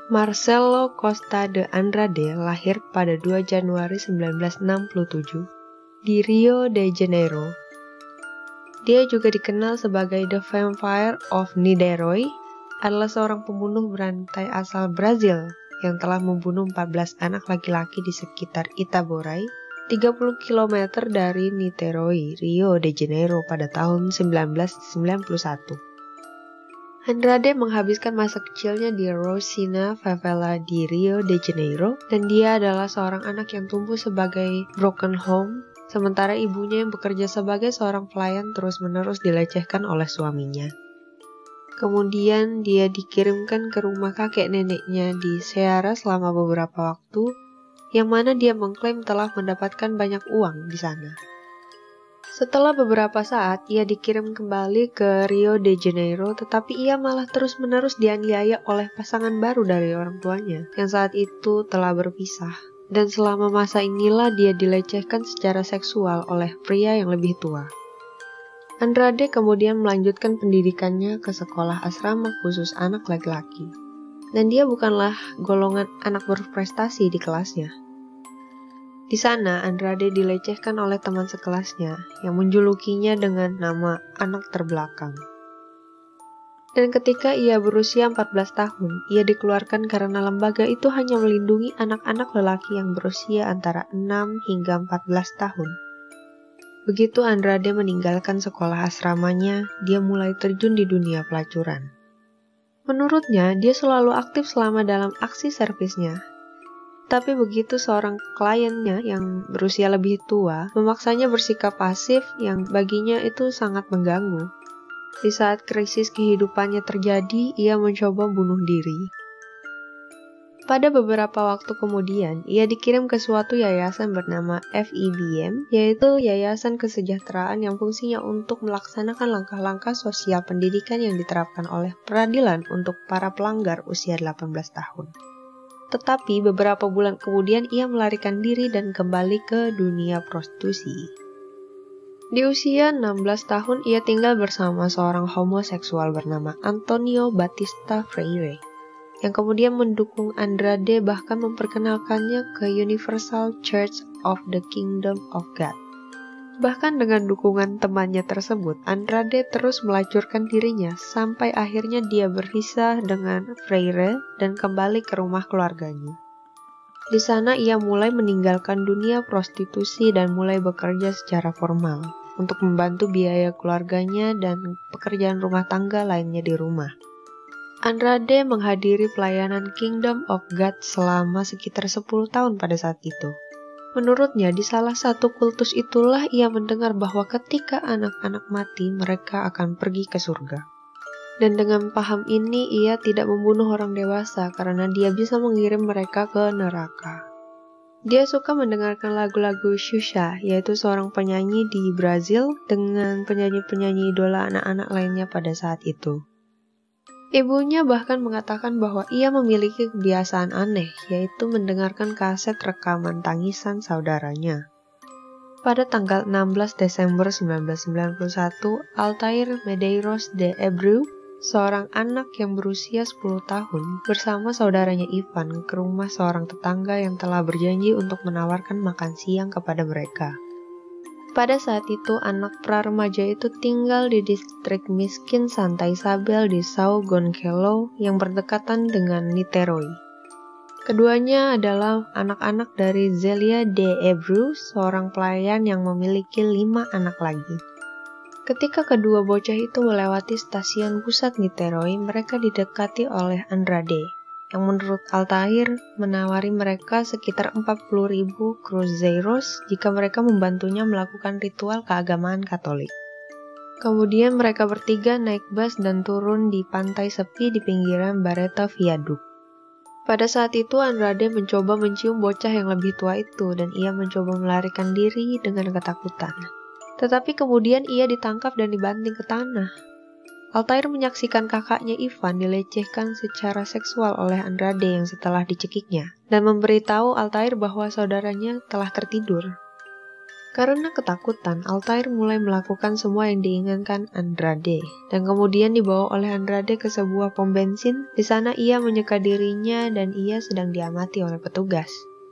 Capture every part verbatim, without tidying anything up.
Marcelo Costa de Andrade lahir pada dua Januari seribu sembilan ratus enam puluh tujuh di Rio de Janeiro. Dia juga dikenal sebagai The Vampire of Niterói, adalah seorang pembunuh berantai asal Brazil yang telah membunuh empat belas anak laki-laki di sekitar Itaboraí, tiga puluh kilometer dari Niterói, Rio de Janeiro pada tahun seribu sembilan ratus sembilan puluh satu. Andrade menghabiskan masa kecilnya di Rosina Favela di Rio de Janeiro, dan dia adalah seorang anak yang tumbuh sebagai broken home, sementara ibunya yang bekerja sebagai seorang pelayan terus-menerus dilecehkan oleh suaminya. Kemudian dia dikirimkan ke rumah kakek neneknya di Ceará selama beberapa waktu, yang mana dia mengklaim telah mendapatkan banyak uang di sana. Setelah beberapa saat, ia dikirim kembali ke Rio de Janeiro, tetapi ia malah terus-menerus dianiaya oleh pasangan baru dari orang tuanya, yang saat itu telah berpisah. Dan selama masa inilah dia dilecehkan secara seksual oleh pria yang lebih tua. Andrade kemudian melanjutkan pendidikannya ke sekolah asrama khusus anak laki-laki. Dan dia bukanlah golongan anak berprestasi di kelasnya. Di sana, Andrade dilecehkan oleh teman sekelasnya yang menjulukinya dengan nama anak terbelakang. Dan ketika ia berusia empat belas tahun, ia dikeluarkan karena lembaga itu hanya melindungi anak-anak lelaki yang berusia antara enam hingga empat belas tahun. Begitu Andrade meninggalkan sekolah asramanya, dia mulai terjun di dunia pelacuran. Menurutnya, dia selalu aktif selama dalam aksi servisnya. Tapi begitu seorang kliennya yang berusia lebih tua memaksanya bersikap pasif yang baginya itu sangat mengganggu. Di saat krisis kehidupannya terjadi, ia mencoba bunuh diri. Pada beberapa waktu kemudian, ia dikirim ke suatu yayasan bernama F I B M, yaitu Yayasan Kesejahteraan yang fungsinya untuk melaksanakan langkah-langkah sosial pendidikan yang diterapkan oleh peradilan untuk para pelanggar usia delapan belas tahun. Tetapi beberapa bulan kemudian ia melarikan diri dan kembali ke dunia prostitusi. Di usia enam belas tahun ia tinggal bersama seorang homoseksual bernama Antonio Batista Freire, yang kemudian mendukung Andrade bahkan memperkenalkannya ke Universal Church of the Kingdom of God. Bahkan dengan dukungan temannya tersebut, Andrade terus melacurkan dirinya sampai akhirnya dia berpisah dengan Freire dan kembali ke rumah keluarganya. Di sana ia mulai meninggalkan dunia prostitusi dan mulai bekerja secara formal untuk membantu biaya keluarganya dan pekerjaan rumah tangga lainnya di rumah. Andrade menghadiri pelayanan Kingdom of God selama sekitar sepuluh tahun pada saat itu. Menurutnya, di salah satu kultus itulah ia mendengar bahwa ketika anak-anak mati, mereka akan pergi ke surga. Dan dengan paham ini, ia tidak membunuh orang dewasa karena dia bisa mengirim mereka ke neraka. Dia suka mendengarkan lagu-lagu Xuxa, yaitu seorang penyanyi di Brazil dengan penyanyi-penyanyi idola anak-anak lainnya pada saat itu. Ibunya bahkan mengatakan bahwa ia memiliki kebiasaan aneh, yaitu mendengarkan kaset rekaman tangisan saudaranya. Pada tanggal enam belas Desember seribu sembilan ratus sembilan puluh satu, Altair Medeiros de Abreu, seorang anak yang berusia sepuluh tahun, bersama saudaranya Ivan ke rumah seorang tetangga yang telah berjanji untuk menawarkan makan siang kepada mereka. Pada saat itu, anak pra-remaja itu tinggal di distrik miskin Santa Isabel di São Gonçalo yang berdekatan dengan Niterói. Keduanya adalah anak-anak dari Zélia de Abreu, seorang pelayan yang memiliki lima anak lagi. Ketika kedua bocah itu melewati stasiun pusat Niterói, mereka didekati oleh Andrade, yang menurut Altair menawari mereka sekitar empat puluh ribu cruzeiros jika mereka membantunya melakukan ritual keagamaan Katolik. Kemudian mereka bertiga naik bus dan turun di pantai sepi di pinggiran Bareta Viaduct. Pada saat itu Andrade mencoba mencium bocah yang lebih tua itu dan ia mencoba melarikan diri dengan ketakutan. Tetapi kemudian ia ditangkap dan dibanting ke tanah. Altair menyaksikan kakaknya Ivan dilecehkan secara seksual oleh Andrade yang setelah dicekiknya, dan memberitahu Altair bahwa saudaranya telah tertidur. Karena ketakutan, Altair mulai melakukan semua yang diinginkan Andrade, dan kemudian dibawa oleh Andrade ke sebuah pom bensin. Di sana ia menyeka dirinya dan ia sedang diamati oleh petugas.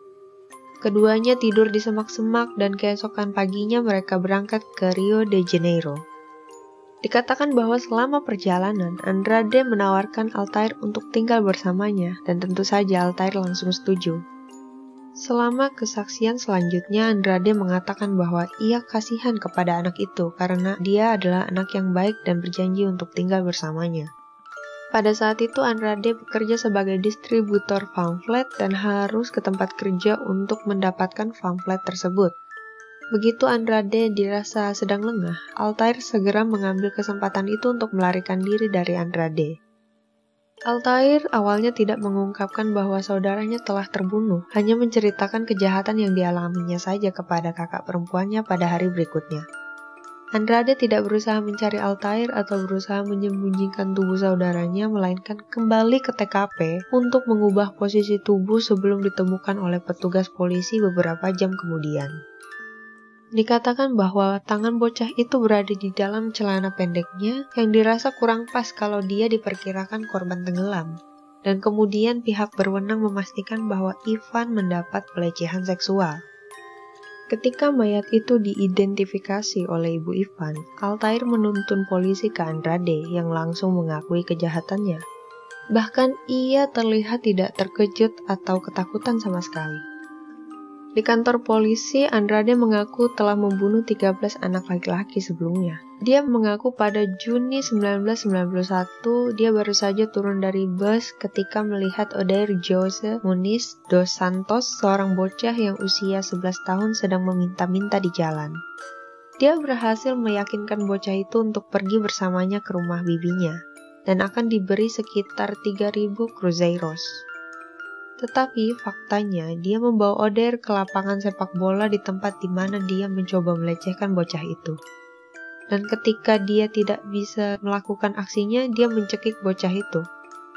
Keduanya tidur di semak-semak dan keesokan paginya mereka berangkat ke Rio de Janeiro. Dikatakan bahwa selama perjalanan, Andrade menawarkan Altair untuk tinggal bersamanya, dan tentu saja Altair langsung setuju. Selama kesaksian selanjutnya, Andrade mengatakan bahwa ia kasihan kepada anak itu karena dia adalah anak yang baik dan berjanji untuk tinggal bersamanya. Pada saat itu, Andrade bekerja sebagai distributor pamflet dan harus ke tempat kerja untuk mendapatkan pamflet tersebut. Begitu Andrade dirasa sedang lengah, Altair segera mengambil kesempatan itu untuk melarikan diri dari Andrade. Altair awalnya tidak mengungkapkan bahwa saudaranya telah terbunuh, hanya menceritakan kejahatan yang dialaminya saja kepada kakak perempuannya pada hari berikutnya. Andrade tidak berusaha mencari Altair atau berusaha menyembunyikan tubuh saudaranya, melainkan kembali ke T K P untuk mengubah posisi tubuh sebelum ditemukan oleh petugas polisi beberapa jam kemudian. Dikatakan bahwa tangan bocah itu berada di dalam celana pendeknya yang dirasa kurang pas kalau dia diperkirakan korban tenggelam. Dan kemudian pihak berwenang memastikan bahwa Ivan mendapat pelecehan seksual. Ketika mayat itu diidentifikasi oleh ibu Ivan, Altair menuntun polisi ke Andrade yang langsung mengakui kejahatannya. Bahkan ia terlihat tidak terkejut atau ketakutan sama sekali. Di kantor polisi, Andrade mengaku telah membunuh tiga belas anak laki-laki sebelumnya. Dia mengaku pada Juni sembilan belas sembilan puluh satu, dia baru saja turun dari bus ketika melihat Odair Jose Muniz dos Santos, seorang bocah yang usia sebelas tahun sedang meminta-minta di jalan. Dia berhasil meyakinkan bocah itu untuk pergi bersamanya ke rumah bibinya, dan akan diberi sekitar tiga ribu cruzeiros. Tetapi faktanya dia membawa Odair ke lapangan sepak bola di tempat di mana dia mencoba melecehkan bocah itu. Dan ketika dia tidak bisa melakukan aksinya, dia mencekik bocah itu.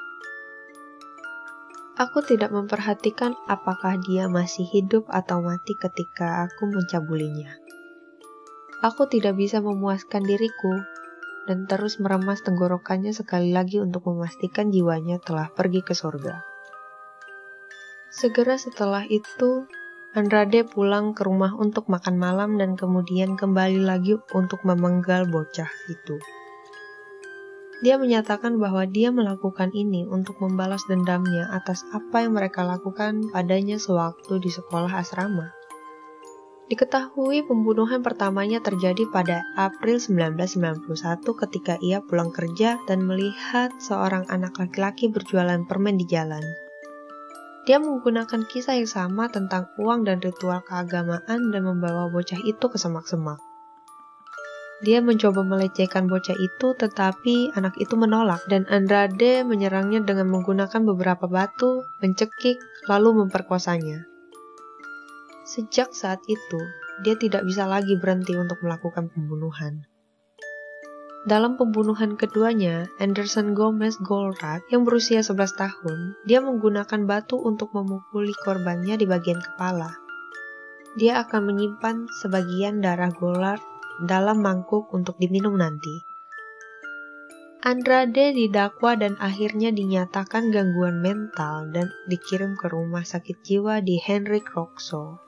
Aku tidak memperhatikan apakah dia masih hidup atau mati ketika aku mencabulinya. Aku tidak bisa memuaskan diriku dan terus meremas tenggorokannya sekali lagi untuk memastikan jiwanya telah pergi ke surga. Segera setelah itu, Andrade pulang ke rumah untuk makan malam dan kemudian kembali lagi untuk memenggal bocah itu. Dia menyatakan bahwa dia melakukan ini untuk membalas dendamnya atas apa yang mereka lakukan padanya sewaktu di sekolah asrama. Diketahui pembunuhan pertamanya terjadi pada April sembilan belas sembilan puluh satu ketika ia pulang kerja dan melihat seorang anak laki-laki berjualan permen di jalan. Dia menggunakan kisah yang sama tentang uang dan ritual keagamaan dan membawa bocah itu ke semak-semak. Dia mencoba melecehkan bocah itu, tetapi anak itu menolak dan Andrade menyerangnya dengan menggunakan beberapa batu, mencekik, lalu memperkosanya. Sejak saat itu, dia tidak bisa lagi berhenti untuk melakukan pembunuhan. Dalam pembunuhan keduanya, Anderson Gomez Goldratt yang berusia sebelas tahun, dia menggunakan batu untuk memukuli korbannya di bagian kepala. Dia akan menyimpan sebagian darah Goldratt dalam mangkuk untuk diminum nanti. Andrade didakwa dan akhirnya dinyatakan gangguan mental dan dikirim ke rumah sakit jiwa di Henry Roxo.